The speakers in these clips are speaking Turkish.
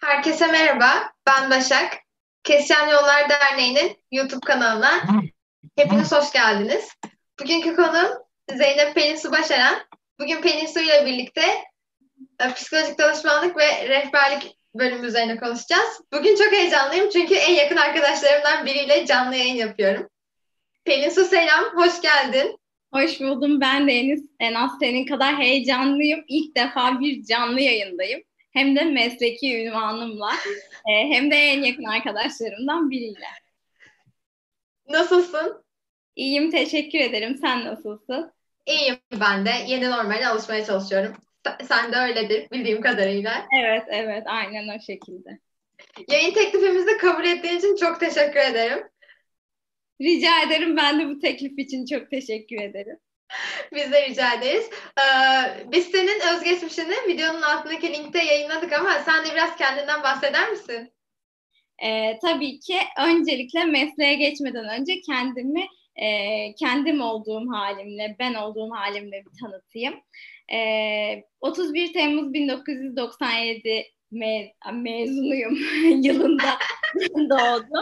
Herkese merhaba, ben Başak. Kesişen Yollar Derneği'nin YouTube kanalına hepiniz hoş geldiniz. Bugünkü konuğum Zeynep Pelin Su Başaran. Bugün Pelin Su ile birlikte psikolojik danışmanlık ve rehberlik bölümü üzerine konuşacağız. Bugün çok heyecanlıyım çünkü en yakın arkadaşlarımdan biriyle canlı yayın yapıyorum. Pelin Su selam, hoş geldin. Hoş buldum. Ben de en az senin kadar heyecanlıyım. İlk defa bir canlı yayındayım. Hem de mesleki ünvanımla, hem de en yakın arkadaşlarımdan biriyle. Nasılsın? İyiyim, teşekkür ederim. Sen nasılsın? İyiyim ben de. Yeni normale alışmaya çalışıyorum. Sen de öyledir bildiğim kadarıyla. Evet, evet, aynen o şekilde. Yayın teklifimizi kabul ettiğin için çok teşekkür ederim. Rica ederim. Ben de bu teklif için çok teşekkür ederim. Biz de rica ederiz. Biz senin özgeçmişini videonun altındaki linkte yayınladık ama sen de biraz kendinden bahseder misin? Tabii ki öncelikle mesleğe geçmeden önce kendim olduğum halimle, ben olduğum halimle bir tanıtayım. 31 Temmuz 1997 mezunuyum yılında doğdum.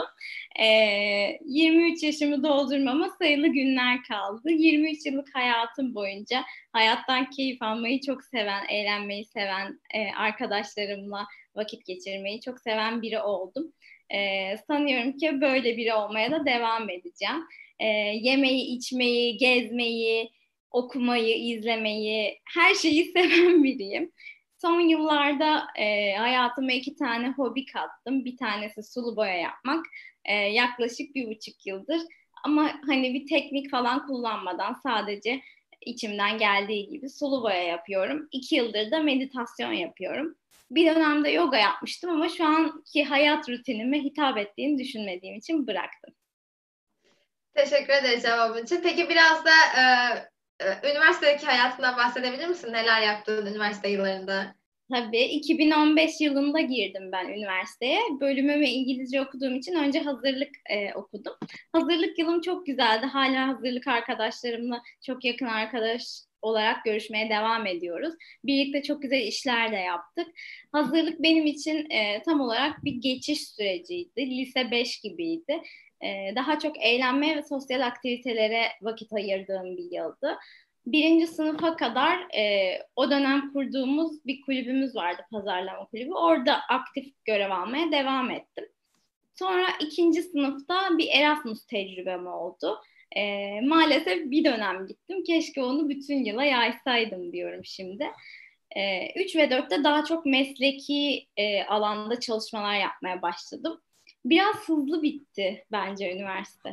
23 yaşımı doldurmama sayılı günler kaldı. 23 yıllık hayatım boyunca hayattan keyif almayı çok seven, eğlenmeyi seven, arkadaşlarımla vakit geçirmeyi çok seven biri oldum. Sanıyorum ki böyle biri olmaya da devam edeceğim. Yemeği, içmeyi, gezmeyi, okumayı, izlemeyi, her şeyi seven biriyim. Son yıllarda hayatıma iki tane hobi kattım. Bir tanesi sulu boya yapmak. Yaklaşık 1,5 yıldır. Ama hani bir teknik falan kullanmadan sadece içimden geldiği gibi sulu boya yapıyorum. 2 yıldır da meditasyon yapıyorum. Bir dönemde yoga yapmıştım ama şu anki hayat rutinime hitap ettiğini düşünmediğim için bıraktım. Teşekkür ederiz cevabın için. Peki biraz da üniversitedeki hayatından bahsedebilir misin? Neler yaptın üniversite yıllarında? Tabii 2015 yılında girdim ben üniversiteye. Bölümümü İngilizce okuduğum için önce hazırlık okudum. Hazırlık yılım çok güzeldi. Hala hazırlık arkadaşlarımla çok yakın arkadaş olarak görüşmeye devam ediyoruz. Birlikte çok güzel işler de yaptık. Hazırlık benim için tam olarak bir geçiş süreciydi. Lise 5 gibiydi. Daha çok eğlenme ve sosyal aktivitelere vakit ayırdığım bir yıldı. Birinci sınıfa kadar o dönem kurduğumuz bir kulübümüz vardı, pazarlama kulübü. Orada aktif görev almaya devam ettim. Sonra ikinci sınıfta bir Erasmus tecrübem oldu. Maalesef bir dönem gittim. Keşke onu bütün yıla yaysaydım diyorum şimdi. 3 ve 4'te daha çok mesleki alanda çalışmalar yapmaya başladım. Biraz hızlı bitti bence üniversite.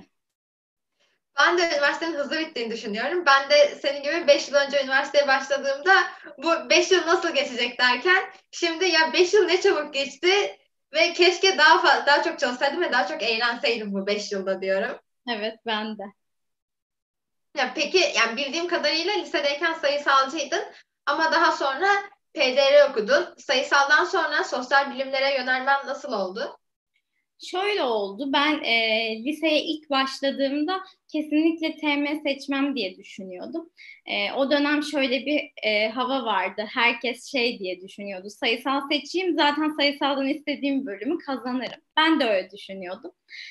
Ben de üniversitenin hızlı bittiğini düşünüyorum. Ben de senin gibi 5 yıl önce üniversiteye başladığımda bu 5 yıl nasıl geçecek derken şimdi ya 5 yıl ne çabuk geçti ve keşke daha çok çalışsaydım ve daha çok eğlenseydim bu 5 yılda diyorum. Evet, ben de. Ya peki yani bildiğim kadarıyla lisedeyken sayısalcıydın ama daha sonra PDR okudun. Sayısaldan sonra sosyal bilimlere yönelmen nasıl oldu? Şöyle oldu. Ben liseye ilk başladığımda kesinlikle TM seçmem diye düşünüyordum. O dönem şöyle bir hava vardı. Herkes şey diye düşünüyordu. Sayısal seçeyim, zaten sayısaldan istediğim bölümü kazanırım. Ben de öyle düşünüyordum.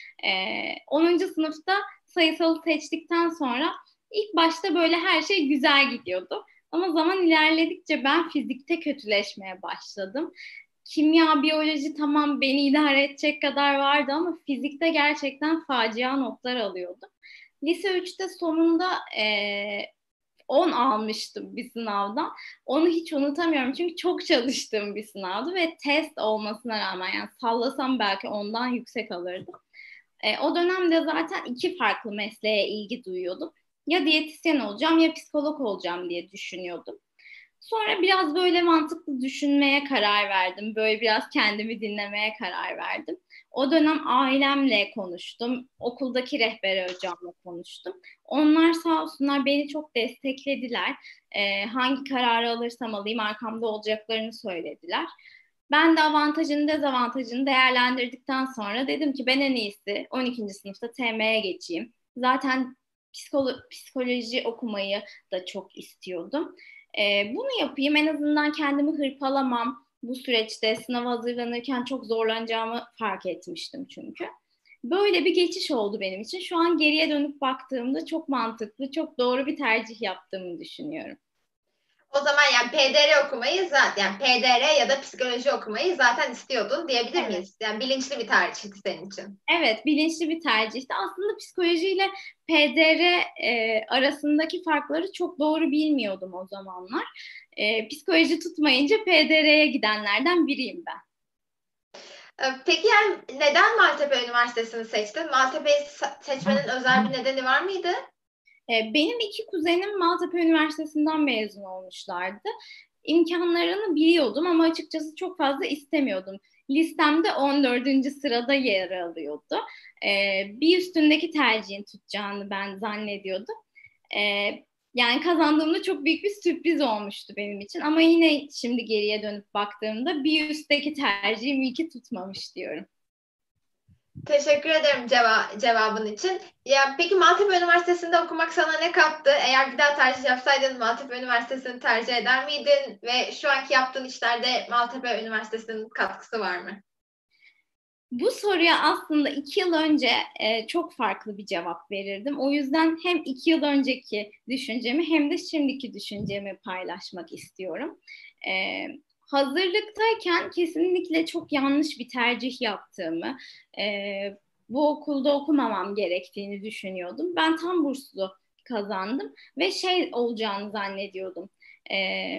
10. sınıfta sayısalı seçtikten sonra ilk başta böyle her şey güzel gidiyordu. Ama zaman ilerledikçe ben fizikte kötüleşmeye başladım. Kimya, biyoloji tamam beni idare edecek kadar vardı ama fizikte gerçekten facia notlar alıyordum. Lise 3'te sonunda 10 almıştım bir sınavdan. Onu hiç unutamıyorum çünkü çok çalıştığım bir sınavdı ve test olmasına rağmen yani sallasam belki ondan yüksek alırdım. O dönemde zaten iki farklı mesleğe ilgi duyuyordum. Ya diyetisyen olacağım ya psikolog olacağım diye düşünüyordum. Sonra biraz böyle mantıklı düşünmeye karar verdim. Böyle biraz kendimi dinlemeye karar verdim. O dönem ailemle konuştum. Okuldaki rehber hocamla konuştum. Onlar sağ olsunlar beni çok desteklediler. Hangi kararı alırsam alayım arkamda olacaklarını söylediler. Ben de avantajını dezavantajını değerlendirdikten sonra dedim ki ben en iyisi 12. sınıfta TM'ye geçeyim. Zaten psikoloji okumayı da çok istiyordum. Bunu yapayım en azından kendimi hırpalamam. Bu süreçte sınava hazırlanırken çok zorlanacağımı fark etmiştim çünkü. Böyle bir geçiş oldu benim için. Şu an geriye dönüp baktığımda çok mantıklı, çok doğru bir tercih yaptığımı düşünüyorum. O zaman yani PDR okumayı zaten, yani PDR ya da psikoloji okumayı zaten istiyordun diyebilir Evet. miyiz? Yani bilinçli bir tercihti senin için. Evet, bilinçli bir tercihti. Aslında psikolojiyle PDR arasındaki farkları çok doğru bilmiyordum o zamanlar. Psikoloji tutmayınca PDR'ye gidenlerden biriyim ben. Peki yani neden Maltepe Üniversitesi'ni seçtin? Maltepe'yi seçmenin özel bir nedeni var mıydı? Benim iki kuzenim Maltepe Üniversitesi'nden mezun olmuşlardı. İmkanlarını biliyordum ama açıkçası çok fazla istemiyordum. Listemde 14. sırada yer alıyordu. Bir üstündeki tercihin tutacağını ben zannediyordum. Yani kazandığımda çok büyük bir sürpriz olmuştu benim için. Ama yine şimdi geriye dönüp baktığımda bir üstteki tercihim iyi ki tutmamış diyorum. Teşekkür ederim cevabın için. Ya peki Maltepe Üniversitesi'nde okumak sana ne kattı? Eğer bir daha tercih yapsaydın Maltepe Üniversitesi'ni tercih eder miydin? Ve şu anki yaptığın işlerde Maltepe Üniversitesi'nin katkısı var mı? Bu soruya aslında 2 yıl önce çok farklı bir cevap verirdim. O yüzden hem 2 yıl önceki düşüncemi hem de şimdiki düşüncemi paylaşmak istiyorum. E, Hazırlıktayken kesinlikle çok yanlış bir tercih yaptığımı, bu okulda okumamam gerektiğini düşünüyordum. Ben tam burslu kazandım ve şey olacağını zannediyordum. E,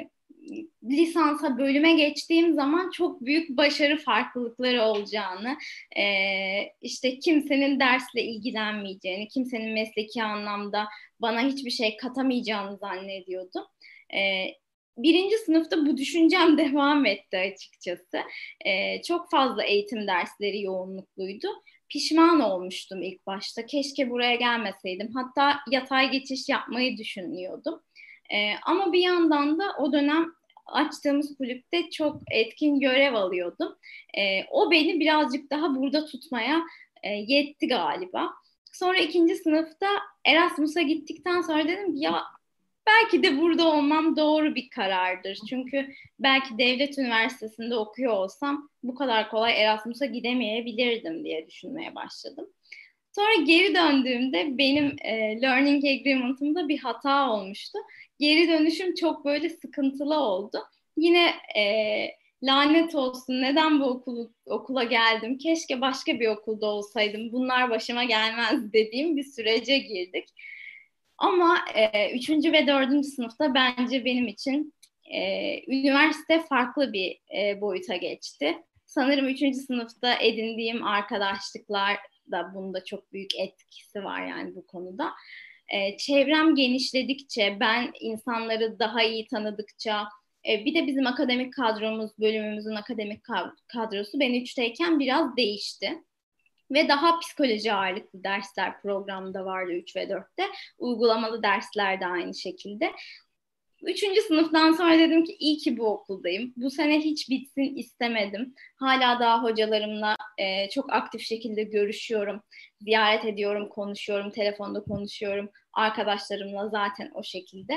Lisansa bölüme geçtiğim zaman çok büyük başarı farklılıkları olacağını, işte kimsenin dersle ilgilenmeyeceğini, kimsenin mesleki anlamda bana hiçbir şey katamayacağını zannediyordum. Birinci sınıfta bu düşüncem devam etti açıkçası. Çok fazla eğitim dersleri yoğunlukluydu. Pişman olmuştum ilk başta. Keşke buraya gelmeseydim. Hatta yatay geçiş yapmayı düşünüyordum. Ama bir yandan da o dönem açtığımız kulüpte çok etkin görev alıyordum. O beni birazcık daha burada tutmaya yetti galiba. Sonra ikinci sınıfta Erasmus'a gittikten sonra dedim ya belki de burada olmam doğru bir karardır. Çünkü belki devlet üniversitesinde okuyor olsam bu kadar kolay Erasmus'a gidemeyebilirdim diye düşünmeye başladım. Sonra geri döndüğümde benim learning agreement'ımda bir hata olmuştu. Geri dönüşüm çok böyle sıkıntılı oldu. Yine lanet olsun neden bu okula geldim? Keşke başka bir okulda olsaydım. Bunlar başıma gelmez dediğim bir sürece girdik. Ama 3. ve 4. sınıfta bence benim için üniversite farklı bir boyuta geçti. Sanırım 3. sınıfta edindiğim arkadaşlıklar da bunda çok büyük etkisi var yani bu konuda. Çevrem genişledikçe, ben insanları daha iyi tanıdıkça, bir de bizim akademik kadromuz, bölümümüzün akademik kadrosu ben 3'teyken biraz değişti. Ve daha psikoloji ağırlıklı dersler programda vardı 3 ve 4'te. Uygulamalı dersler de aynı şekilde. 3. sınıftan sonra dedim ki iyi ki bu okuldayım. Bu sene hiç bitsin istemedim. Hala daha hocalarımla çok aktif şekilde görüşüyorum. Ziyaret ediyorum, konuşuyorum, telefonda konuşuyorum. Arkadaşlarımla zaten o şekilde.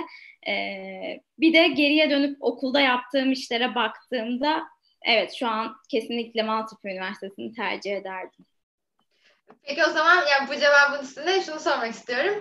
Bir de geriye dönüp okulda yaptığım işlere baktığımda evet şu an kesinlikle Maltepe Üniversitesi'ni tercih ederdim. Peki o zaman yani bu cevabın üstünde şunu sormak istiyorum.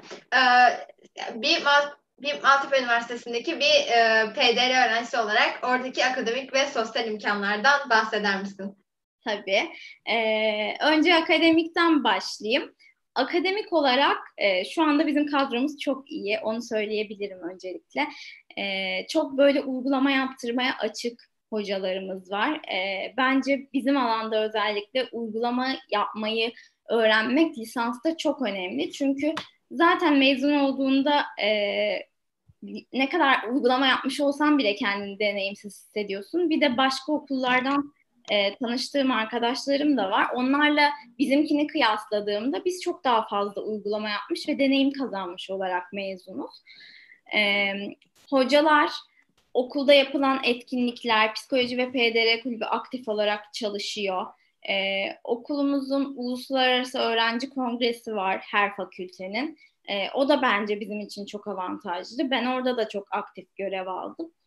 Bir Maltepe Üniversitesi'ndeki bir PDR öğrencisi olarak oradaki akademik ve sosyal imkanlardan bahseder misin? Tabii. Önce akademikten başlayayım. Akademik olarak şu anda bizim kadromuz çok iyi. Onu söyleyebilirim öncelikle. Çok böyle uygulama yaptırmaya açık hocalarımız var. Bence bizim alanda özellikle uygulama yapmayı öğrenmek lisansta çok önemli. Çünkü zaten mezun olduğunda ne kadar uygulama yapmış olsan bile kendini deneyimsiz hissediyorsun. Bir de başka okullardan tanıştığım arkadaşlarım da var. Onlarla bizimkini kıyasladığımda biz çok daha fazla uygulama yapmış ve deneyim kazanmış olarak mezunuz. E, Hocalar okulda yapılan etkinlikler, psikoloji ve PDR kulübü aktif olarak çalışıyor. Okulumuzun uluslararası öğrenci kongresi var her fakültenin. O da bence bizim için çok avantajlı. Ben orada da çok aktif görev aldım.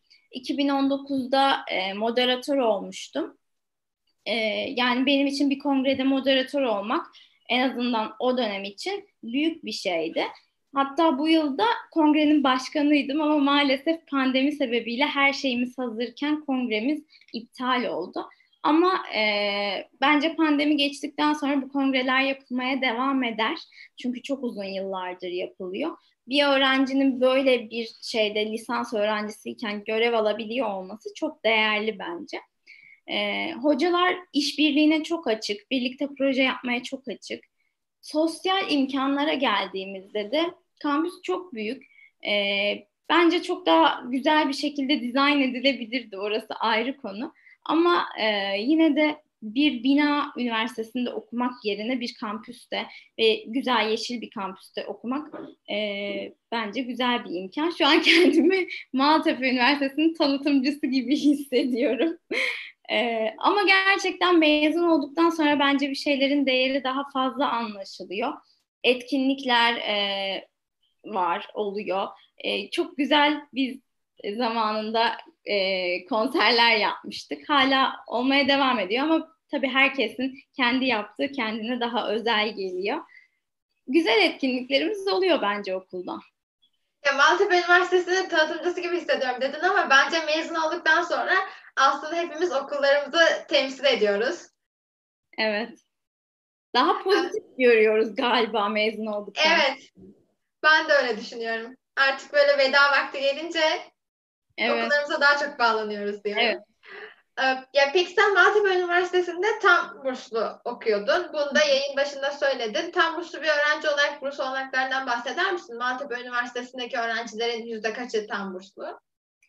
2019'da moderatör olmuştum. Yani benim için bir kongrede moderatör olmak en azından o dönem için büyük bir şeydi. Hatta bu yılda kongrenin başkanıydım ama maalesef pandemi sebebiyle her şeyimiz hazırken kongremiz iptal oldu. Ama bence pandemi geçtikten sonra bu kongreler yapılmaya devam eder. Çünkü çok uzun yıllardır yapılıyor. Bir öğrencinin böyle bir şeyde lisans öğrencisiyken görev alabiliyor olması çok değerli bence. Hocalar işbirliğine çok açık, birlikte proje yapmaya çok açık. Sosyal imkanlara geldiğimizde de kampüs çok büyük. Bence çok daha güzel bir şekilde dizayn edilebilirdi. Orası ayrı konu. Ama yine de bir bina üniversitesinde okumak yerine bir kampüste ve güzel yeşil bir kampüste okumak bence güzel bir imkan. Şu an kendimi Maltepe Üniversitesi'nin tanıtımcısı gibi hissediyorum. Ama gerçekten mezun olduktan sonra bence bir şeylerin değeri daha fazla anlaşılıyor. Etkinlikler oluyor. Çok güzel biz zamanında konserler yapmıştık. Hala olmaya devam ediyor ama tabii herkesin kendi yaptığı kendine daha özel geliyor. Güzel etkinliklerimiz oluyor bence okulda. Ya Maltepe Üniversitesi'nin tanıtımcısı gibi hissediyorum dedin ama bence mezun olduktan sonra aslında hepimiz okullarımızı temsil ediyoruz. Evet. Daha pozitif görüyoruz galiba mezun olduktan. Evet, ben de öyle düşünüyorum. Artık böyle veda vakti gelince Evet. okullarımıza daha çok bağlanıyoruz diyorum. Evet. Ya peki sen Maltepe Üniversitesi'nde tam burslu okuyordun. Bunu da yayın başında söyledin. Tam burslu bir öğrenci olarak burs olanaklarından bahseder misin? Maltepe Üniversitesi'ndeki öğrencilerin yüzde kaçı tam burslu?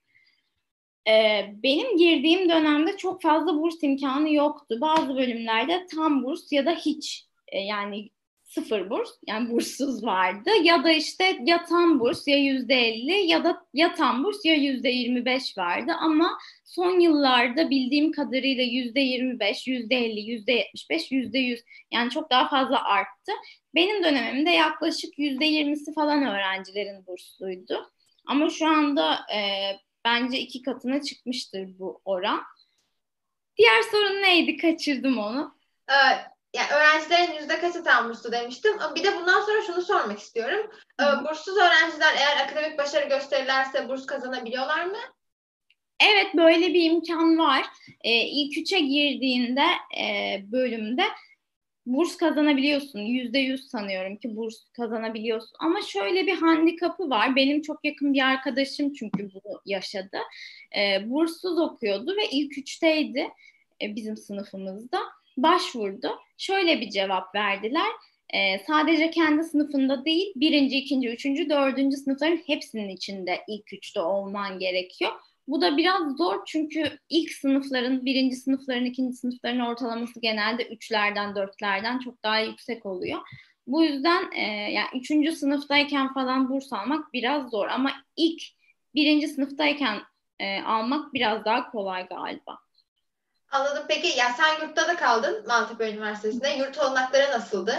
Benim girdiğim dönemde çok fazla burs imkanı yoktu. Bazı bölümlerde tam burs ya da hiç yani sıfır burs yani burssuz vardı. Ya da işte ya tam burs ya %50 ya da ya tam burs ya %25 vardı. Ama son yıllarda bildiğim kadarıyla %25, %50, %75, %100 yani çok daha fazla arttı. Benim dönemimde yaklaşık %20'si falan öğrencilerin bursluydu. Ama şu anda bence 2 katına çıkmıştır bu oran. Diğer sorun neydi? Kaçırdım onu. Ee, Yani öğrencilerin yüzde kaçı tam burslu demiştim. Bir de bundan sonra şunu sormak istiyorum. Burssuz öğrenciler eğer akademik başarı gösterirlerse burs kazanabiliyorlar mı? Evet, böyle bir imkan var. İlk üçe girdiğinde bölümde burs kazanabiliyorsun. %100 sanıyorum ki burs kazanabiliyorsun. Ama şöyle bir handikapı var. Benim çok yakın bir arkadaşım çünkü bunu yaşadı. Burssuz okuyordu ve ilk üçteydi bizim sınıfımızda. Başvurdu. Şöyle bir cevap verdiler. Sadece kendi sınıfında değil, birinci, ikinci, üçüncü, dördüncü sınıfların hepsinin içinde ilk üçte olman gerekiyor. Bu da biraz zor çünkü ilk sınıfların, birinci sınıfların, ikinci sınıfların ortalaması genelde üçlerden, dörtlerden çok daha yüksek oluyor. Bu yüzden yani üçüncü sınıftayken falan burs almak biraz zor ama ilk birinci sınıftayken almak biraz daha kolay galiba. Anladım. Peki ya sen yurtta da kaldın Maltepe Üniversitesi'nde. Yurt olanakları nasıldı?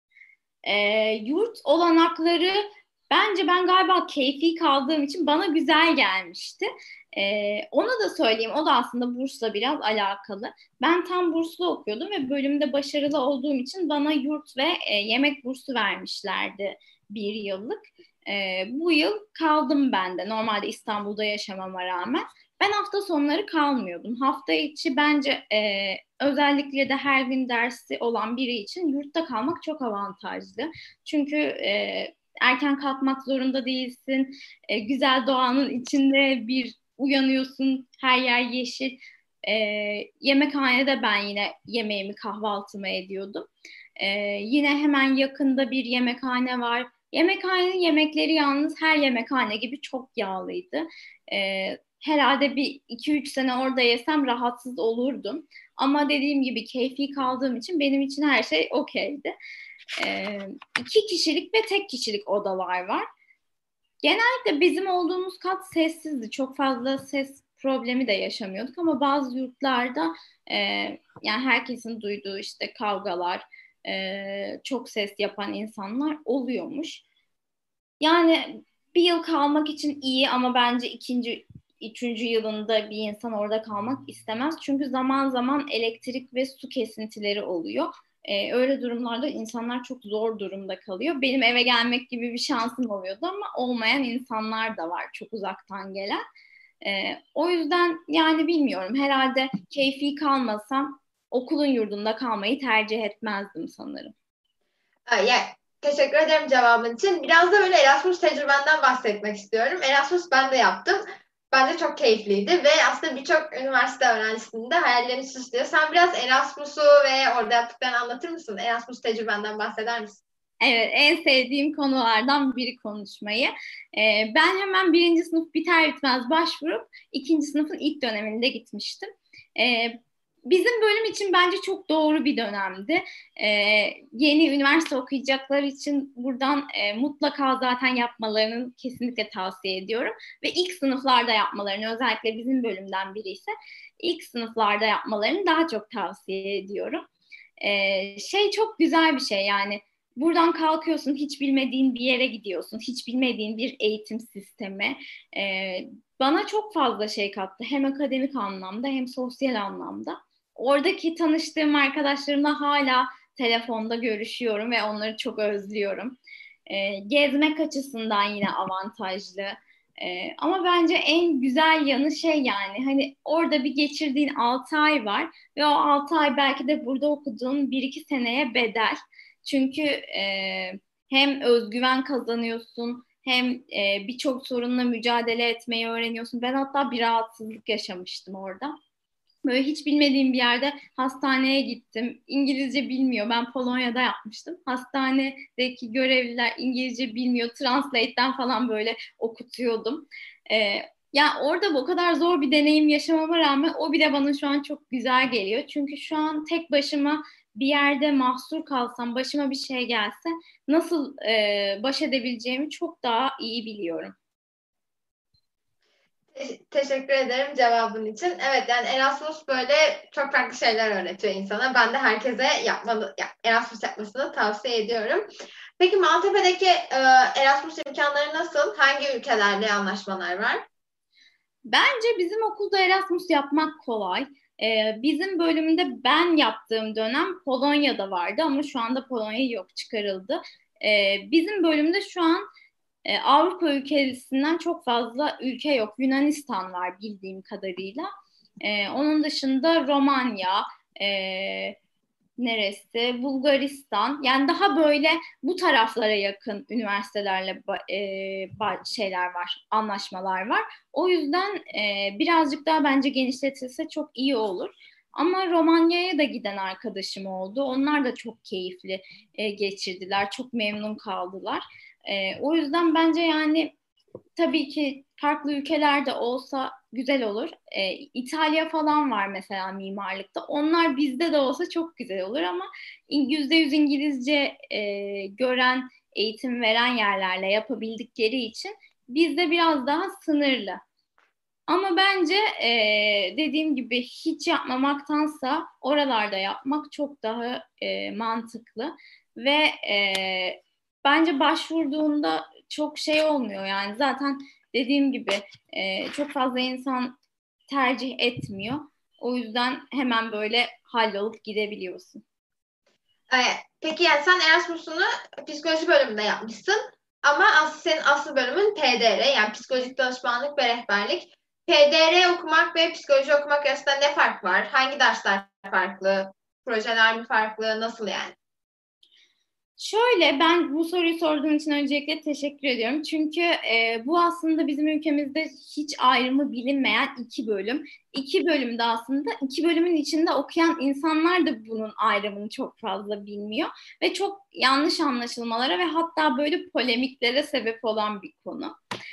Yurt olanakları bence ben galiba keyfi kaldığım için bana güzel gelmişti. Onu da söyleyeyim, o da aslında bursla biraz alakalı. Ben tam burslu okuyordum ve bölümde başarılı olduğum için bana yurt ve yemek bursu vermişlerdi 1 yıllık. Bu yıl kaldım ben de. Normalde İstanbul'da yaşamama rağmen. Ben hafta sonları kalmıyordum. Hafta içi bence özellikle de her gün dersi olan biri için yurtta kalmak çok avantajlı. Çünkü erken kalkmak zorunda değilsin. Güzel doğanın içinde bir uyanıyorsun. Her yer yeşil. E, Yemekhanede ben yine yemeğimi kahvaltımı ediyordum. Yine hemen yakında bir yemekhane var. Yemekhanenin yemekleri yalnız her yemekhane gibi çok yağlıydı. Herhalde bir 2-3 sene orada yesem rahatsız olurdum. Ama dediğim gibi keyfi kaldığım için benim için her şey okeydi. 2 kişilik ve tek kişilik odalar var. Genellikle bizim olduğumuz kat sessizdi. Çok fazla ses problemi de yaşamıyorduk ama bazı yurtlarda yani herkesin duyduğu işte kavgalar, çok ses yapan insanlar oluyormuş. Yani 1 yıl kalmak için iyi ama bence ikinci üçüncü yılında bir insan orada kalmak istemez. Çünkü zaman zaman elektrik ve su kesintileri oluyor. Öyle durumlarda insanlar çok zor durumda kalıyor. Benim eve gelmek gibi bir şansım oluyordu ama olmayan insanlar da var çok uzaktan gelen. O yüzden yani bilmiyorum, herhalde keyfi kalmasam okulun yurdunda kalmayı tercih etmezdim sanırım. Ya, teşekkür ederim cevabın için. Biraz da böyle Erasmus tecrübenden bahsetmek istiyorum. Erasmus ben de yaptım. Bence çok keyifliydi ve aslında birçok üniversite öğrencisinin de hayallerini süslüyor. Sen biraz Erasmus'u ve orada yaptıklarını anlatır mısın? Erasmus tecrübenden bahseder misin? Evet, en sevdiğim konulardan biri konuşmayı. Ben hemen birinci sınıf biter bitmez başvurup ikinci sınıfın ilk döneminde gitmiştim. Bizim bölüm için bence çok doğru bir dönemdi. Yeni üniversite okuyacaklar için buradan mutlaka zaten yapmalarını kesinlikle tavsiye ediyorum. Ve ilk sınıflarda yapmalarını, özellikle bizim bölümden biri ise ilk sınıflarda yapmalarını daha çok tavsiye ediyorum. Çok güzel bir şey yani. Buradan kalkıyorsun, hiç bilmediğin bir yere gidiyorsun, hiç bilmediğin bir eğitim sistemi. Bana çok fazla şey kattı, hem akademik anlamda hem sosyal anlamda. Oradaki tanıştığım arkadaşlarımla hala telefonda görüşüyorum ve onları çok özlüyorum. Gezmek açısından yine avantajlı. Ama bence en güzel yanı yani hani orada bir geçirdiğin 6 ay var ve o 6 ay belki de burada okuduğun 1-2 seneye bedel. Çünkü hem özgüven kazanıyorsun hem birçok sorunla mücadele etmeyi öğreniyorsun. Ben hatta bir rahatsızlık yaşamıştım orada. Böyle hiç bilmediğim bir yerde hastaneye gittim. İngilizce bilmiyor. Ben Polonya'da yapmıştım. Hastanedeki görevliler İngilizce bilmiyor. Translate'ten falan böyle okutuyordum. Yani orada bu kadar zor bir deneyim yaşamama rağmen o bile bana şu an çok güzel geliyor. Çünkü şu an tek başıma bir yerde mahsur kalsam, başıma bir şey gelse nasıl baş edebileceğimi çok daha iyi biliyorum. Teşekkür ederim cevabın için. Evet, yani Erasmus böyle çok farklı şeyler öğretiyor insana. Ben de herkese Erasmus yapmasını tavsiye ediyorum. Peki Maltepe'deki Erasmus imkanları nasıl? Hangi ülkelerle anlaşmalar var? Bence bizim okulda Erasmus yapmak kolay. Bizim bölümde ben yaptığım dönem Polonya'da vardı ama şu anda Polonya yok, çıkarıldı. Bizim bölümde şu an Avrupa ülkesinden çok fazla ülke yok. Yunanistan var bildiğim kadarıyla. Onun dışında Romanya, neresi? Bulgaristan. Yani daha böyle bu taraflara yakın üniversitelerle şeyler var, anlaşmalar var. O yüzden birazcık daha bence genişletilse çok iyi olur. Ama Romanya'ya da giden arkadaşım oldu. Onlar da çok keyifli geçirdiler, çok memnun kaldılar. O yüzden bence yani tabii ki farklı ülkelerde olsa güzel olur. İtalya falan var mesela mimarlıkta. Onlar bizde de olsa çok güzel olur ama %100 İngilizce gören, eğitim veren yerlerle yapabildikleri için bizde biraz daha sınırlı. Ama bence dediğim gibi hiç yapmamaktansa oralarda yapmak çok daha mantıklı ve bence başvurduğunda çok şey olmuyor yani zaten dediğim gibi çok fazla insan tercih etmiyor. O yüzden hemen böyle hallolup gidebiliyorsun. Peki yani sen Erasmus'unu psikoloji bölümünde yapmışsın ama senin asıl bölümün PDR, yani psikolojik danışmanlık ve rehberlik. PDR okumak ve psikoloji okumak arasında ne fark var? Hangi dersler farklı? Projeler mi farklı? Nasıl yani? Şöyle, ben bu soruyu sorduğun için öncelikle teşekkür ediyorum. Çünkü bu aslında bizim ülkemizde hiç ayrımı bilinmeyen iki bölüm. İki bölümde aslında iki bölümün içinde okuyan insanlar da bunun ayrımını çok fazla bilmiyor. Ve çok yanlış anlaşılmalara ve hatta böyle polemiklere sebep olan bir konu.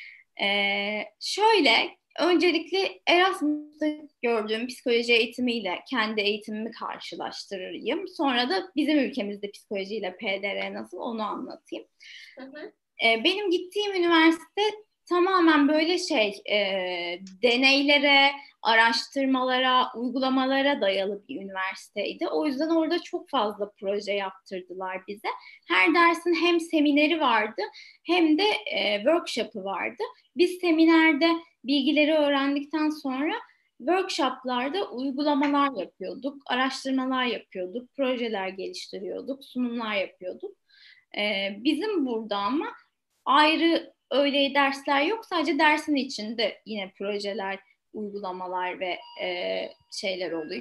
Şöyle, öncelikle Erasmus'ta gördüğüm psikoloji eğitimiyle kendi eğitimimi karşılaştırayım. Sonra da bizim ülkemizde psikolojiyle PDR nasıl onu anlatayım. Hı hı. Benim gittiğim üniversite tamamen böyle deneylere, araştırmalara, uygulamalara dayalı bir üniversiteydi. O yüzden orada çok fazla proje yaptırdılar bize. Her dersin hem semineri vardı hem de workshop'ı vardı. Biz seminerde bilgileri öğrendikten sonra workshoplarda uygulamalar yapıyorduk, araştırmalar yapıyorduk, projeler geliştiriyorduk, sunumlar yapıyorduk. Bizim burada ama ayrı öyle dersler yok. Sadece dersin içinde yine projeler, uygulamalar ve şeyler oluyor.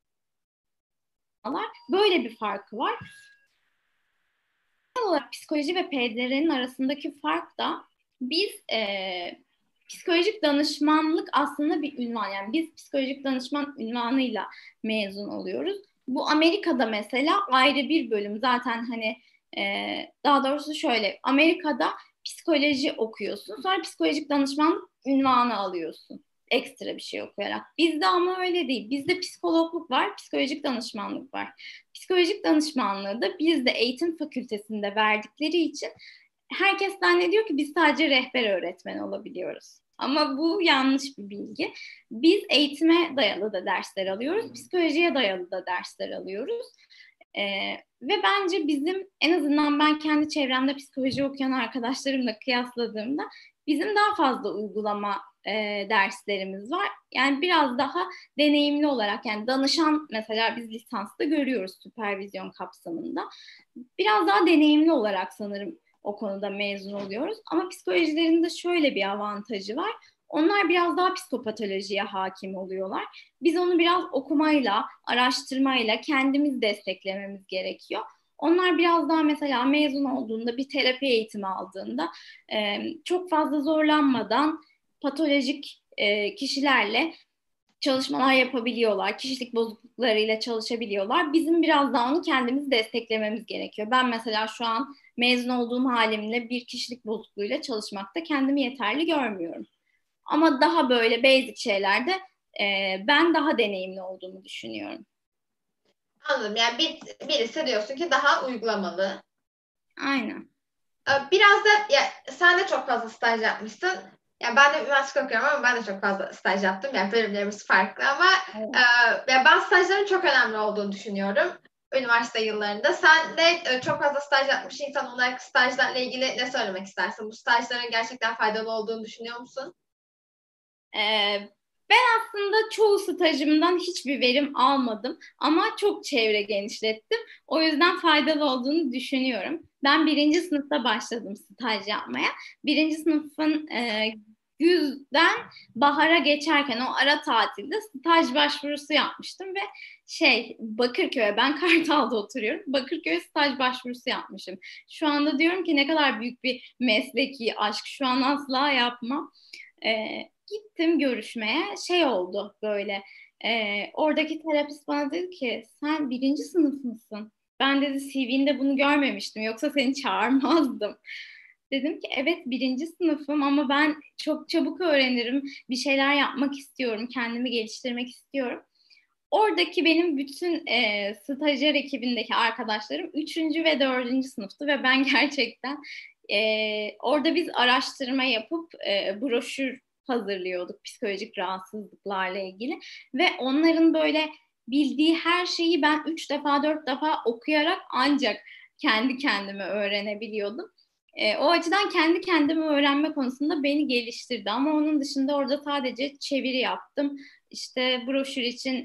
Böyle bir farkı var. Genel olarak psikoloji ve PDR'nin arasındaki fark da biz psikolojik danışmanlık aslında bir ünvan. Yani biz psikolojik danışman ünvanıyla mezun oluyoruz. Bu Amerika'da mesela ayrı bir bölüm. Zaten hani daha doğrusu şöyle, Amerika'da psikoloji okuyorsun, sonra psikolojik danışmanlık ünvanı alıyorsun. Ekstra bir şey okuyarak. Bizde ama öyle değil. Bizde psikologluk var, psikolojik danışmanlık var. Psikolojik danışmanlığı da bizde eğitim fakültesinde verdikleri için herkes zannediyor ki biz sadece rehber öğretmen olabiliyoruz. Ama bu yanlış bir bilgi. Biz eğitime dayalı da dersler alıyoruz, psikolojiye dayalı da dersler alıyoruz. Ve bence bizim, en azından ben kendi çevremde psikoloji okuyan arkadaşlarımla kıyasladığımda bizim daha fazla uygulama derslerimiz var. Yani biraz daha deneyimli olarak, yani danışan mesela biz lisansta görüyoruz süpervizyon kapsamında. Biraz daha deneyimli olarak sanırım o konuda mezun oluyoruz. Ama psikolojilerin de şöyle bir avantajı var. Onlar biraz daha psikopatolojiye hakim oluyorlar. Biz onu biraz okumayla, araştırmayla kendimiz desteklememiz gerekiyor. Onlar biraz daha mesela mezun olduğunda, bir terapi eğitimi aldığında çok fazla zorlanmadan patolojik kişilerle çalışmalar yapabiliyorlar. Kişilik bozukluklarıyla çalışabiliyorlar. Bizim biraz daha onu kendimiz desteklememiz gerekiyor. Ben mesela şu an mezun olduğum halimle bir kişilik bozukluğuyla çalışmakta kendimi yeterli görmüyorum. Ama daha böyle basic şeylerde ben daha deneyimli olduğumu düşünüyorum. Anladım. Yani birisi diyorsun ki daha uygulamalı. Aynen. Biraz da ya, sen de çok fazla staj yapmışsın. Yani ben de üniversite okuyorum ama ben de çok fazla staj yaptım. Yani bölümlerimiz farklı ama Evet. ben stajların çok önemli olduğunu düşünüyorum üniversite yıllarında. Sen de çok fazla staj yapmış insan olarak stajlarla ilgili ne söylemek istersin? Bu stajların gerçekten faydalı olduğunu düşünüyor musun? Ben aslında çoğu stajımdan hiçbir verim almadım ama çok çevre genişlettim. O yüzden faydalı olduğunu düşünüyorum. Ben birinci sınıfta başladım staj yapmaya. Birinci sınıfın güzden bahara geçerken o ara tatilde staj başvurusu yapmıştım ve Bakırköy'e, ben Kartal'da oturuyorum. Bakırköy'e staj başvurusu yapmışım. Şu anda diyorum ki ne kadar büyük bir mesleki aşk. Şu an asla yapmam. Gittim görüşmeye, oldu böyle. Oradaki terapist bana dedi ki sen birinci sınıf mısın? Ben dedi CV'nde bunu görmemiştim, yoksa seni çağırmazdım. Dedim ki evet, birinci sınıfım ama ben çok çabuk öğrenirim. Bir şeyler yapmak istiyorum, kendimi geliştirmek istiyorum. Oradaki benim bütün stajyer ekibindeki arkadaşlarım üçüncü ve dördüncü sınıftı ve ben gerçekten orada biz araştırma yapıp broşür hazırlıyorduk psikolojik rahatsızlıklarla ilgili ve onların böyle bildiği her şeyi ben 3 defa 4 defa okuyarak ancak kendi kendime öğrenebiliyordum. O açıdan kendi kendime öğrenme konusunda beni geliştirdi ama onun dışında orada sadece çeviri yaptım. İşte broşür için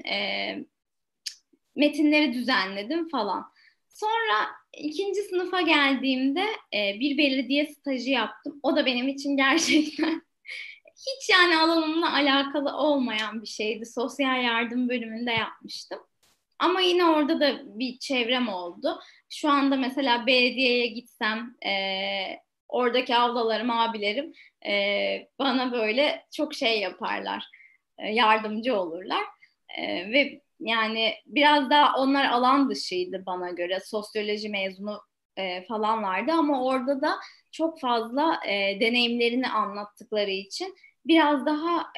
metinleri düzenledim falan. Sonra ikinci sınıfa geldiğimde bir belediye stajı yaptım. O da benim için gerçekten hiç yani alanımla alakalı olmayan bir şeydi. Sosyal yardım bölümünde yapmıştım. Ama yine orada da bir çevrem oldu. Şu anda mesela belediyeye gitsem oradaki ablalarım, abilerim bana böyle çok yaparlar. Yardımcı olurlar. Ve yani biraz daha onlar alan dışıydı bana göre. Sosyoloji mezunu falanlardı ama orada da çok fazla deneyimlerini anlattıkları için biraz daha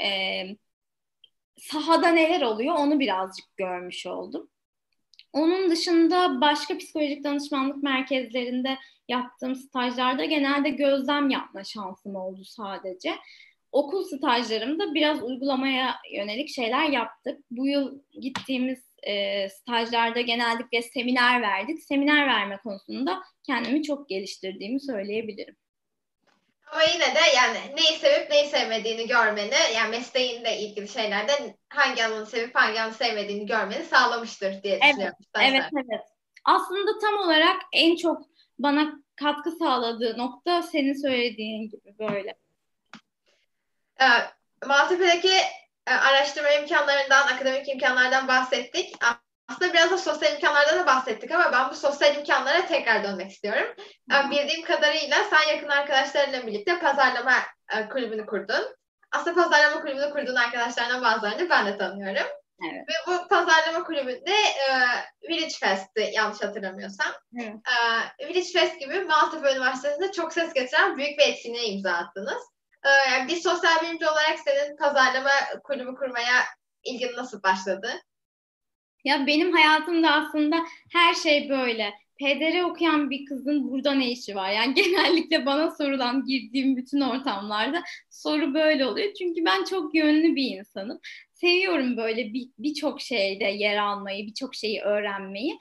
sahada neler oluyor onu birazcık görmüş oldum. Onun dışında başka psikolojik danışmanlık merkezlerinde yaptığım stajlarda genelde gözlem yapma şansım oldu sadece. Okul stajlarımda biraz uygulamaya yönelik şeyler yaptık. Bu yıl gittiğimiz stajlarda genellikle seminer verdik. Seminer verme konusunda kendimi çok geliştirdiğimi söyleyebilirim. Ama yine de yani neyi sevip neyi sevmediğini görmeni, yani mesleğinle ilgili şeylerden hangi alanı sevip hangi alanı sevmediğini görmeni sağlamıştır diye Evet, düşünüyorum evet, stajlar. evet. Aslında tam olarak en çok bana katkı sağladığı nokta senin söylediğin gibi böyle. Ee, Maltepe'deki araştırma imkanlarından, akademik imkanlardan bahsettik. Aslında biraz da sosyal imkanlardan da bahsettik ama ben bu sosyal imkanlara tekrar dönmek istiyorum. Bildiğim kadarıyla sen yakın arkadaşlarınla birlikte pazarlama kulübünü kurdun. Aslında pazarlama kulübünü kurduğun arkadaşlarından bazılarını ben de tanıyorum. Evet, Ve bu pazarlama kulübünde Village Fest'i yanlış hatırlamıyorsam. evet. Village Fest gibi Maltepe Üniversitesi'nde çok ses getiren büyük bir etkinliğe imza attınız. Yani bir sosyal bilimci olarak senin pazarlama kulübü kurmaya ilgin nasıl başladı? Ya benim hayatımda aslında her şey böyle. PDR okuyan bir kızın burada ne işi var? Yani genellikle bana sorulan girdiğim bütün ortamlarda soru böyle oluyor. Çünkü ben çok yönlü bir insanım. Seviyorum böyle birçok şeyde yer almayı, birçok şeyi öğrenmeyi.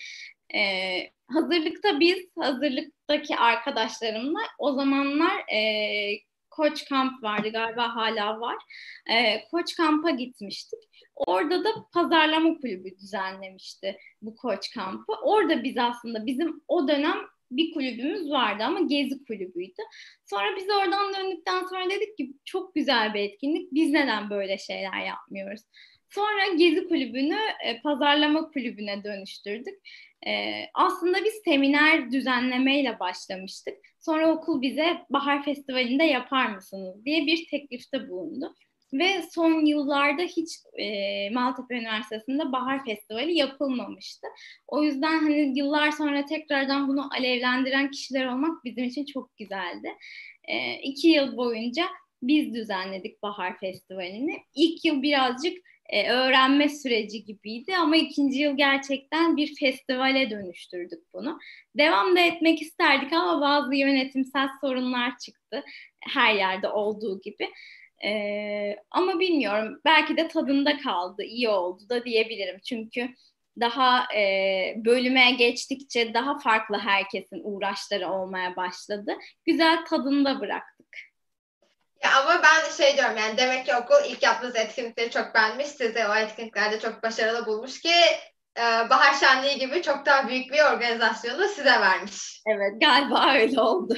Hazırlıktaki arkadaşlarımla o zamanlar Koç kamp vardı, galiba hala var. Koç kampa gitmiştik. Orada da pazarlama kulübü düzenlemişti bu koç kampı. Orada biz aslında bizim o dönem bir kulübümüz vardı ama gezi kulübüydü. Sonra biz oradan döndükten sonra dedik ki çok güzel bir etkinlik. Biz neden böyle şeyler yapmıyoruz? Sonra gezi kulübünü pazarlama kulübüne dönüştürdük. Aslında biz seminer düzenlemeyle başlamıştık. Sonra okul bize Bahar Festivali'nde yapar mısınız diye bir teklifte bulundu. Ve son yıllarda hiç Maltepe Üniversitesi'nde Bahar Festivali yapılmamıştı. O yüzden hani yıllar sonra tekrardan bunu alevlendiren kişiler olmak bizim için çok güzeldi. 2 yıl boyunca biz düzenledik Bahar Festivali'ni. İlk yıl birazcık öğrenme süreci gibiydi ama ikinci yıl gerçekten bir festivale dönüştürdük bunu. Devam da etmek isterdik ama bazı yönetimsel sorunlar çıktı her yerde olduğu gibi. Ama bilmiyorum, belki de tadında kaldı, iyi oldu da diyebilirim. Çünkü daha bölüme geçtikçe daha farklı herkesin uğraşları olmaya başladı. Güzel tadında bıraktık. Ya ama ben şey diyorum, yani demek ki okul ilk yaptığınız etkinlikleri çok beğenmiş. Sizi o etkinliklerde çok başarılı bulmuş ki Bahar Şenliği gibi çok daha büyük bir organizasyonu size vermiş. Evet, galiba öyle oldu.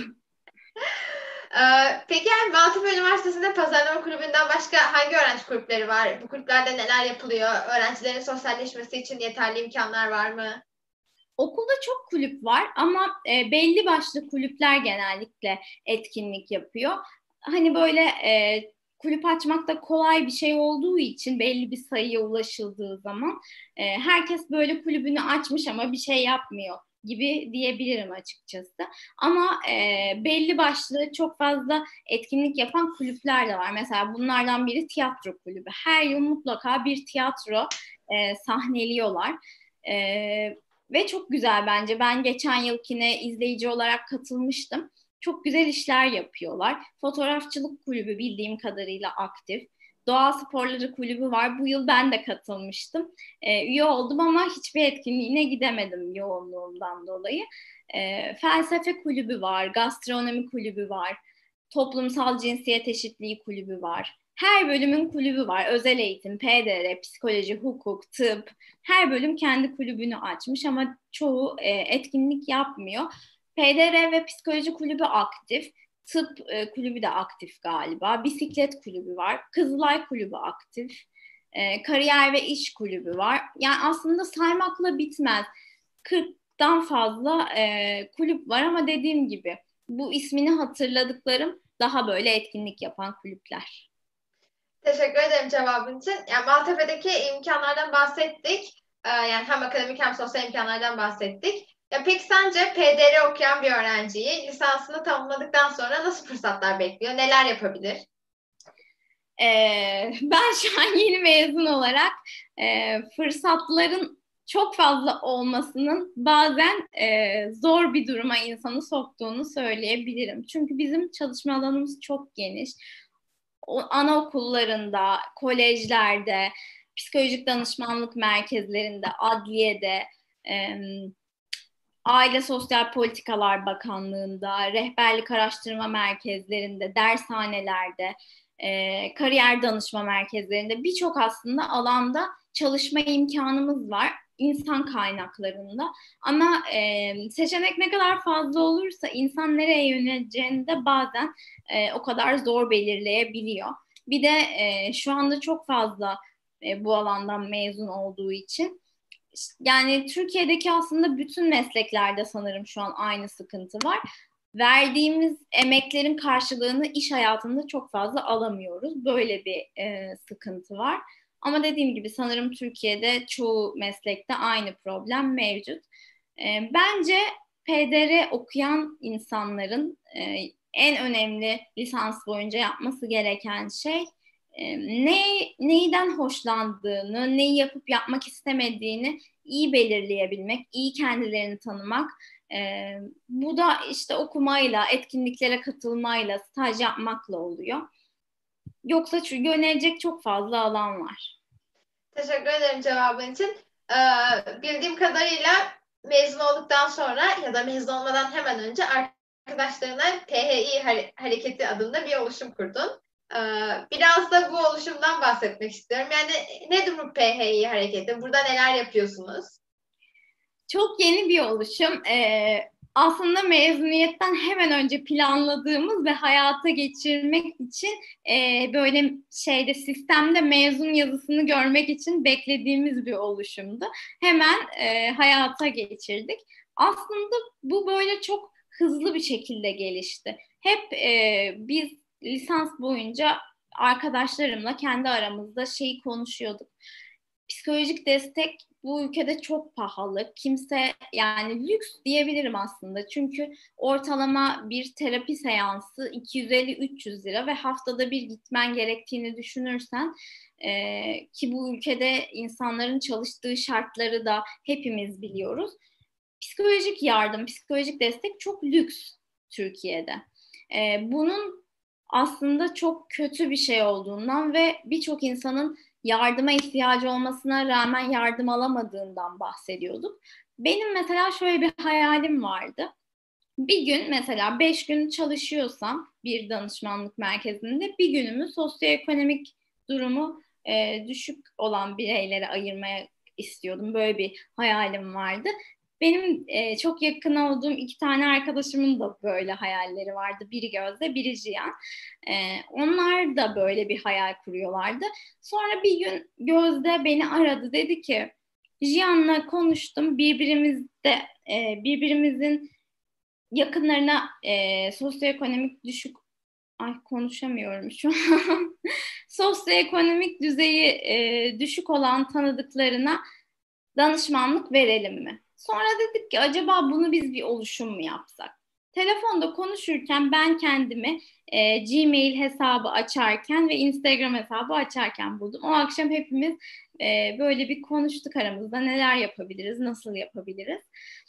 Peki yani Maltepe Üniversitesi'nde pazarlama kulübünden başka hangi öğrenci kulüpleri var? Bu kulüplerde neler yapılıyor? Öğrencilerin sosyalleşmesi için yeterli imkanlar var mı? Okulda çok kulüp var ama belli başlı kulüpler genellikle etkinlik yapıyor. Hani böyle kulüp açmak da kolay bir şey olduğu için belli bir sayıya ulaşıldığı zaman herkes böyle kulübünü açmış ama bir şey yapmıyor gibi diyebilirim açıkçası. Ama belli başlı çok fazla etkinlik yapan kulüpler de var. Mesela bunlardan biri tiyatro kulübü. Her yıl mutlaka bir tiyatro sahneliyorlar. Ve çok güzel bence. Ben geçen yılkine izleyici olarak katılmıştım. Çok güzel işler yapıyorlar. Fotoğrafçılık kulübü bildiğim kadarıyla aktif. Doğa sporları kulübü var. Bu yıl ben de katılmıştım. Üye oldum ama hiçbir etkinliğine gidemedim yoğunluğumdan dolayı. Felsefe kulübü var. Gastronomi kulübü var. Toplumsal cinsiyet eşitliği kulübü var. Her bölümün kulübü var. Özel eğitim, PDR, psikoloji, hukuk, tıp. Her bölüm kendi kulübünü açmış ama çoğu etkinlik yapmıyor. PDR ve psikoloji kulübü aktif. Tıp kulübü de aktif galiba. Bisiklet kulübü var. Kızılay kulübü aktif. Kariyer ve iş kulübü var. Yani aslında saymakla bitmez. 40'tan fazla kulüp var ama dediğim gibi bu ismini hatırladıklarım daha böyle etkinlik yapan kulüpler. Teşekkür ederim cevabın için. Yani Maltepe'deki imkanlardan bahsettik. Yani hem akademik hem sosyal imkanlardan bahsettik. Ya peki sence PDR okuyan bir öğrenciyi lisansını tamamladıktan sonra nasıl fırsatlar bekliyor? Neler yapabilir? Ben şu an yeni mezun olarak fırsatların çok fazla olmasının bazen zor bir duruma insanı soktuğunu söyleyebilirim. Çünkü bizim çalışma alanımız çok geniş. Anaokullarında, kolejlerde, psikolojik danışmanlık merkezlerinde, adliyede, Aile Sosyal Politikalar Bakanlığı'nda, rehberlik araştırma merkezlerinde, dershanelerde, kariyer danışma merkezlerinde birçok aslında alanda çalışma imkanımız var insan kaynaklarında. Ama seçenek ne kadar fazla olursa insan nereye yöneleceğini de bazen o kadar zor belirleyebiliyor. Bir de şu anda çok fazla bu alandan mezun olduğu için yani Türkiye'deki aslında bütün mesleklerde sanırım şu an aynı sıkıntı var. Verdiğimiz emeklerin karşılığını iş hayatında çok fazla alamıyoruz. Böyle bir sıkıntı var. Ama dediğim gibi sanırım Türkiye'de çoğu meslekte aynı problem mevcut. Bence PDR okuyan insanların en önemli lisans boyunca yapması gereken şey neyden hoşlandığını, neyi yapıp yapmak istemediğini iyi belirleyebilmek, iyi kendilerini tanımak. Bu da işte okumayla, etkinliklere katılmayla, staj yapmakla oluyor. Yoksa yönelecek çok fazla alan var. Teşekkür ederim cevabın için. Bildiğim kadarıyla mezun olduktan sonra ya da mezun olmadan hemen önce arkadaşlarına PHİ Hareketi adında bir oluşum kurdun. Biraz da bu oluşumdan bahsetmek istiyorum. Yani nedir bu PHİ Hareketi? Burada neler yapıyorsunuz? Çok yeni bir oluşum. Aslında mezuniyetten hemen önce planladığımız ve hayata geçirmek için böyle sistemde mezun yazısını görmek için beklediğimiz bir oluşumdu. Hemen hayata geçirdik. Aslında bu böyle çok hızlı bir şekilde gelişti. Hep biz lisans boyunca arkadaşlarımla kendi aramızda konuşuyorduk. Psikolojik destek bu ülkede çok pahalı. Kimse yani lüks diyebilirim aslında. Çünkü ortalama bir terapi seansı 250-300 lira ve haftada bir gitmen gerektiğini düşünürsen ki bu ülkede insanların çalıştığı şartları da hepimiz biliyoruz. Psikolojik yardım, psikolojik destek çok lüks Türkiye'de. Bunun aslında çok kötü bir şey olduğundan ve birçok insanın yardıma ihtiyacı olmasına rağmen yardım alamadığından bahsediyorduk. Benim mesela şöyle bir hayalim vardı. Bir gün mesela 5 gün çalışıyorsam bir danışmanlık merkezinde bir günümü sosyoekonomik durumu düşük olan bireylere ayırmaya istiyordum. Böyle bir hayalim vardı. Benim çok yakın olduğum 2 tane arkadaşımın da böyle hayalleri vardı. Biri Gözde, biri Cihan. Onlar da böyle bir hayal kuruyorlardı. Sonra bir gün Gözde beni aradı. Dedi ki Cihan'la konuştum. Birbirimizin yakınlarına sosyoekonomik düşük konuşamıyorum şu an. Sosyoekonomik düzeyi düşük olan tanıdıklarına danışmanlık verelim mi? Sonra dedik ki acaba bunu biz bir oluşum mu yapsak? Telefonda konuşurken ben kendimi Gmail hesabı açarken ve Instagram hesabı açarken buldum. O akşam hepimiz böyle bir konuştuk aramızda neler yapabiliriz, nasıl yapabiliriz.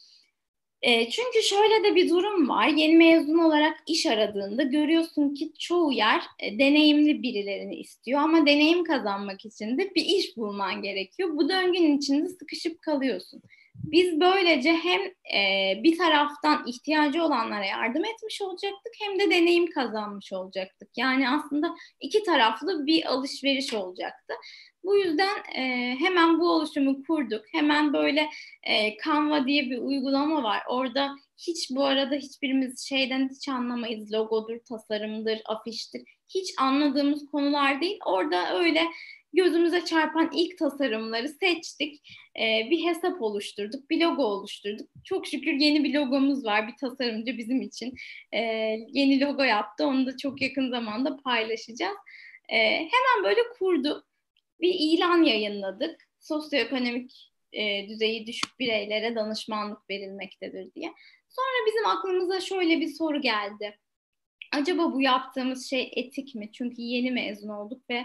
Çünkü şöyle de bir durum var. Yeni mezun olarak iş aradığında görüyorsun ki çoğu yer deneyimli birilerini istiyor ama deneyim kazanmak için de bir iş bulman gerekiyor. Bu döngünün içinde sıkışıp kalıyorsun. Biz böylece hem bir taraftan ihtiyacı olanlara yardım etmiş olacaktık hem de deneyim kazanmış olacaktık. Yani aslında iki taraflı bir alışveriş olacaktı. Bu yüzden hemen bu oluşumu kurduk. Hemen böyle Canva diye bir uygulama var. Orada bu arada hiçbirimiz şeyden hiç anlamayız. Logodur, tasarımdır, afiştir. Hiç anladığımız konular değil. Orada öyle gözümüze çarpan ilk tasarımları seçtik. Bir hesap oluşturduk, bir logo oluşturduk. Çok şükür yeni bir logomuz var. Bir tasarımcı bizim için yeni logo yaptı. Onu da çok yakın zamanda paylaşacağız. Hemen böyle kurduk. Bir ilan yayınladık. Sosyoekonomik düzeyi düşük bireylere danışmanlık verilmektedir diye. Sonra bizim aklımıza şöyle bir soru geldi. Acaba bu yaptığımız şey etik mi? Çünkü yeni mezun olduk ve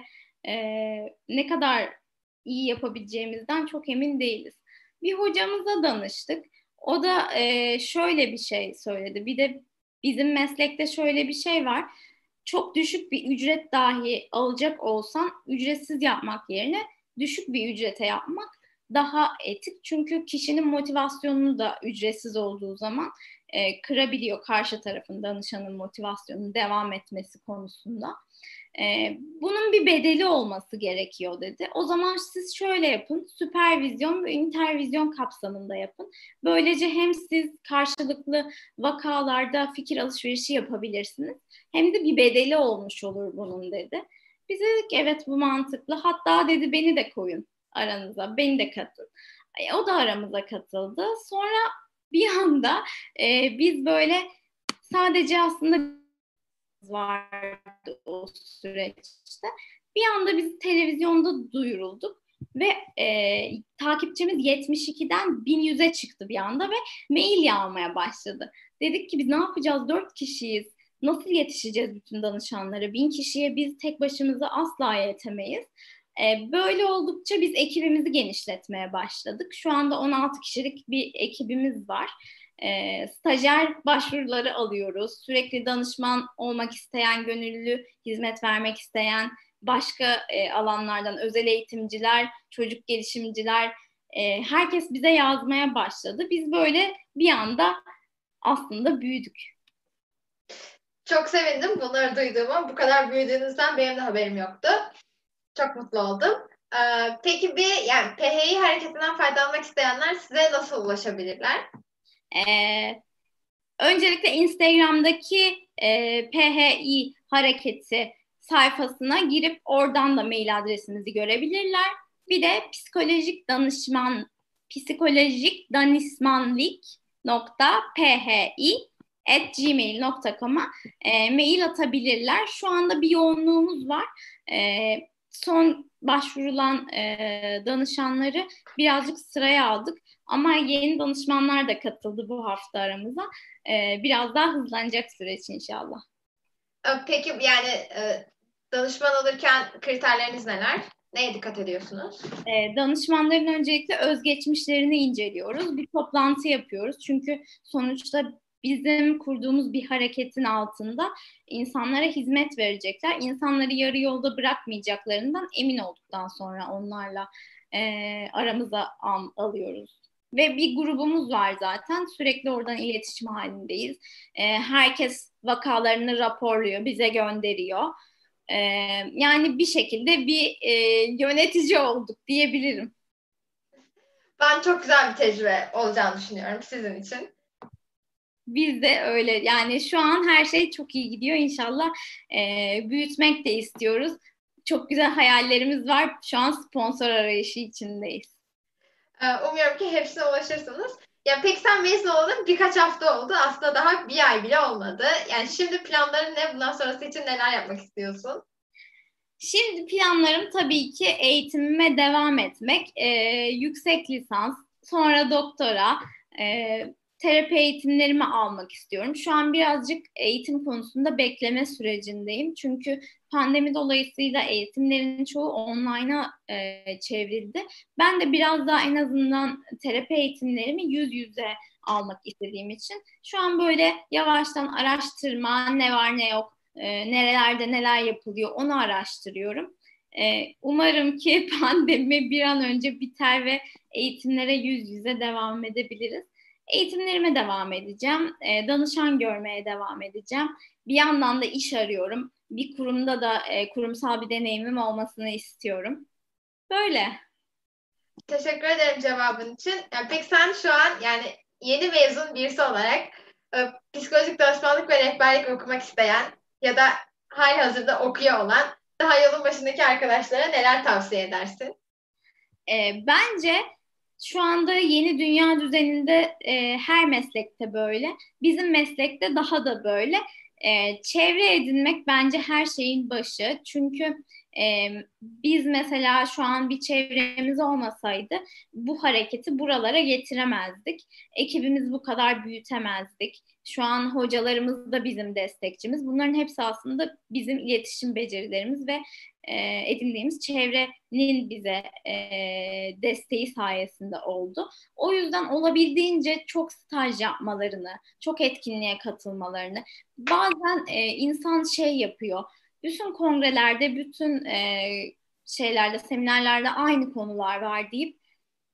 ne kadar iyi yapabileceğimizden çok emin değiliz. Bir hocamıza danıştık. O da şöyle bir şey söyledi. Bir de bizim meslekte şöyle bir şey var. Çok düşük bir ücret dahi alacak olsan ücretsiz yapmak yerine düşük bir ücrete yapmak daha etik. Çünkü kişinin motivasyonunu da ücretsiz olduğu zaman kırabiliyor karşı tarafın, danışanın motivasyonunu devam etmesi konusunda. Bunun bir bedeli olması gerekiyor dedi. O zaman siz şöyle yapın, süpervizyon ve intervizyon kapsamında yapın. Böylece hem siz karşılıklı vakalarda fikir alışverişi yapabilirsiniz, hem de bir bedeli olmuş olur bunun dedi. Biz dedik evet, bu mantıklı. Hatta dedi beni de koyun aranıza, beni de katın. O da aramıza katıldı. Sonra bir anda biz böyle sadece aslında vardı o süreçte. Bir anda biz televizyonda duyurulduk ve takipçimiz 72'den 1100'e çıktı bir anda ve mail yağmaya başladı. Dedik ki biz ne yapacağız? 4 kişiyiz. Nasıl yetişeceğiz bütün danışanlara? 1000 kişiye biz tek başımıza asla yetemeyiz. Böyle oldukça biz ekibimizi genişletmeye başladık. Şu anda 16 kişilik bir ekibimiz var. Stajyer başvuruları alıyoruz. Sürekli danışman olmak isteyen, gönüllü hizmet vermek isteyen, başka alanlardan özel eğitimciler, çocuk gelişimciler, herkes bize yazmaya başladı. Biz böyle bir anda aslında büyüdük. Çok sevindim bunları duyduğuma. Bu kadar büyüdüğünüzden benim de haberim yoktu. Çok mutlu oldum. Peki yani PHİ hareketinden faydalanmak isteyenler size nasıl ulaşabilirler? Öncelikle Instagram'daki PHİ hareketi sayfasına girip oradan da mail adresimizi görebilirler. Bir de psikolojik danışmanlik.phi@gmail.com'a mail atabilirler. Şu anda bir yoğunluğumuz var. Son başvurulan danışanları birazcık sıraya aldık. Ama yeni danışmanlar da katıldı bu hafta aramıza. Biraz daha hızlanacak süreç inşallah. Peki yani danışman olurken kriterleriniz neler? Neye dikkat ediyorsunuz? Danışmanların öncelikle özgeçmişlerini inceliyoruz. Bir toplantı yapıyoruz. Çünkü sonuçta bizim kurduğumuz bir hareketin altında insanlara hizmet verecekler. İnsanları yarı yolda bırakmayacaklarından emin olduktan sonra onlarla aramıza alıyoruz. Ve bir grubumuz var zaten. Sürekli oradan iletişim halindeyiz. Herkes vakalarını raporluyor, bize gönderiyor. Yani bir şekilde bir yönetici olduk diyebilirim. Ben çok güzel bir tecrübe olacağını düşünüyorum sizin için. Biz de öyle. Yani şu an her şey çok iyi gidiyor. İnşallah büyütmek de istiyoruz. Çok güzel hayallerimiz var. Şu an sponsor arayışı içindeyiz. Umuyorum ki hepsine ulaşırsınız. Ya peki sen mezun oldun birkaç hafta oldu. Aslında daha bir ay bile olmadı. Yani şimdi planların ne? Bundan sonrası için neler yapmak istiyorsun? Şimdi planlarım tabii ki eğitimime devam etmek. Yüksek lisans, sonra doktora, terapi eğitimlerimi almak istiyorum. Şu an birazcık eğitim konusunda bekleme sürecindeyim. Çünkü pandemi dolayısıyla eğitimlerin çoğu online'a çevrildi. Ben de biraz daha en azından terapi eğitimlerimi yüz yüze almak istediğim için şu an böyle yavaştan araştırma, ne var ne yok, nerelerde neler yapılıyor onu araştırıyorum. Umarım ki pandemi bir an önce biter ve eğitimlere yüz yüze devam edebiliriz. Eğitimlerime devam edeceğim. Danışan görmeye devam edeceğim. Bir yandan da iş arıyorum. Bir kurumda da kurumsal bir deneyimim olmasını istiyorum. Böyle. Teşekkür ederim cevabın için. Yani peki sen şu an yani yeni mezun birisi olarak psikolojik danışmanlık ve rehberlik okumak isteyen ya da halihazırda okuyor olan daha yolun başındaki arkadaşlara neler tavsiye edersin? Bence şu anda yeni dünya düzeninde her meslekte böyle. Bizim meslekte daha da böyle. Çevre edinmek bence her şeyin başı. Çünkü biz mesela şu an bir çevremiz olmasaydı bu hareketi buralara getiremezdik. Ekibimiz bu kadar büyütemezdik. Şu an hocalarımız da bizim destekçimiz. Bunların hepsi aslında bizim iletişim becerilerimiz ve edindiğimiz çevrenin bize desteği sayesinde oldu. O yüzden olabildiğince çok staj yapmalarını, çok etkinliğe katılmalarını, bazen insan şey yapıyor, bütün kongrelerde, bütün şeylerde, seminerlerde aynı konular var deyip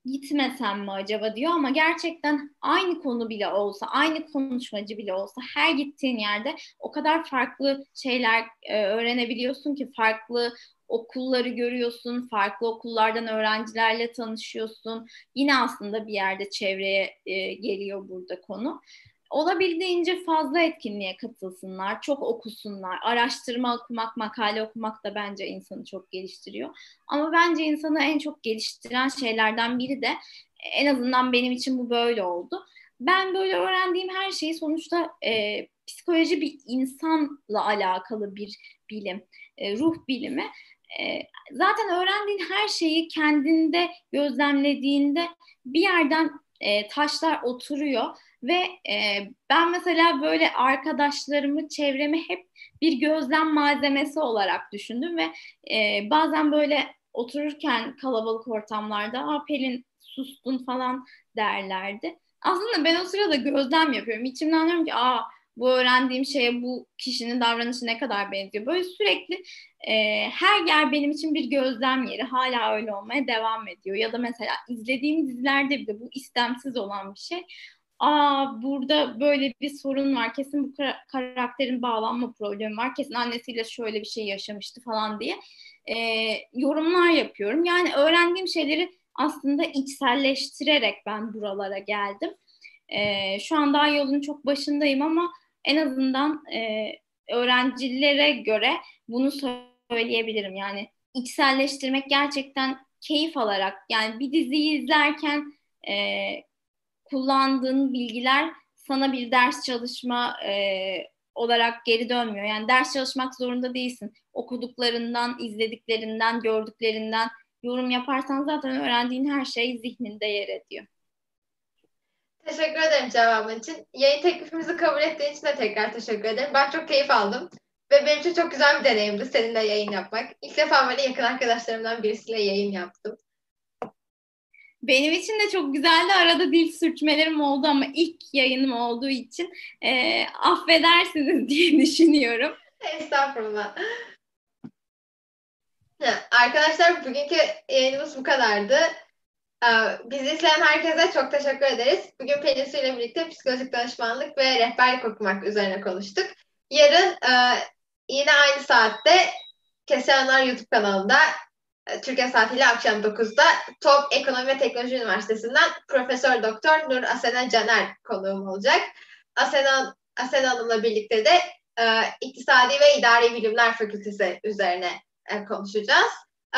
gitmesem mi acaba diyor ama gerçekten aynı konu bile olsa, aynı konuşmacı bile olsa her gittiğin yerde o kadar farklı şeyler öğrenebiliyorsun ki, farklı okulları görüyorsun, farklı okullardan öğrencilerle tanışıyorsun. Yine aslında bir yerde çevreye geliyor burada konu. Olabildiğince fazla etkinliğe katılsınlar, çok okusunlar. Araştırma okumak, makale okumak da bence insanı çok geliştiriyor. Ama bence insanı en çok geliştiren şeylerden biri de, en azından benim için bu böyle oldu. Ben böyle öğrendiğim her şeyi sonuçta psikoloji bir insanla alakalı bir bilim, ruh bilimi. Zaten öğrendiğin her şeyi kendinde gözlemlediğinde bir yerden taşlar oturuyor ve ben mesela böyle arkadaşlarımı, çevremi hep bir gözlem malzemesi olarak düşündüm ve bazen böyle otururken kalabalık ortamlarda Pelin sustun falan derlerdi. Aslında ben o sırada gözlem yapıyorum. İçimden diyorum ki bu öğrendiğim şeye bu kişinin davranışı ne kadar benziyor. Böyle sürekli her yer benim için bir gözlem yeri. Hala öyle olmaya devam ediyor. Ya da mesela izlediğim dizilerde bile bu istemsiz olan bir şey. Burada böyle bir sorun var. Kesin bu karakterin bağlanma problemi var. Kesin annesiyle şöyle bir şey yaşamıştı falan diye yorumlar yapıyorum. Yani öğrendiğim şeyleri aslında içselleştirerek ben buralara geldim. Şu an daha yolun çok başındayım ama en azından öğrencilere göre bunu söyleyebilirim. Yani içselleştirmek gerçekten keyif alarak, yani bir diziyi izlerken kullandığın bilgiler sana bir ders çalışma olarak geri dönmüyor. Yani ders çalışmak zorunda değilsin. Okuduklarından, izlediklerinden, gördüklerinden yorum yaparsan zaten öğrendiğin her şey zihninde yer ediyor. Teşekkür ederim cevabın için. Yayın teklifimizi kabul ettiğin için de tekrar teşekkür ederim. Ben çok keyif aldım. Ve benim için çok güzel bir deneyimdi seninle yayın yapmak. İlk defa böyle yakın arkadaşlarımdan birisiyle yayın yaptım. Benim için de çok güzeldi. Arada dil sürçmelerim oldu ama ilk yayınım olduğu için affedersiniz diye düşünüyorum. Estağfurullah. Arkadaşlar bugünkü yayınımız bu kadardı. Bizi izleyen herkese çok teşekkür ederiz. Bugün Pelin Su ile birlikte psikolojik danışmanlık ve rehberlik okumak üzerine konuştuk. Yarın yine aynı saatte Keseyanlar YouTube kanalında Türkiye saatiyle akşam 9'da TOP Ekonomi ve Teknoloji Üniversitesi'nden Profesör Doktor Nur Asena Caner konuğum olacak. Asena Hanım'la birlikte de İktisadi ve İdari Bilimler Fakültesi üzerine konuşacağız.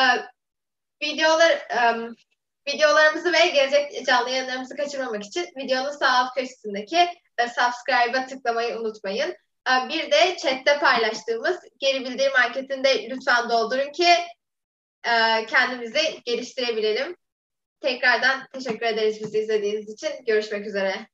Videolarımızı ve gelecek canlı yayınlarımızı kaçırmamak için videonun sağ alt köşesindeki subscribe'a tıklamayı unutmayın. Bir de chatte paylaştığımız geri bildirim anketini de lütfen doldurun ki kendimizi geliştirebilelim. Tekrardan teşekkür ederiz bizi izlediğiniz için. Görüşmek üzere.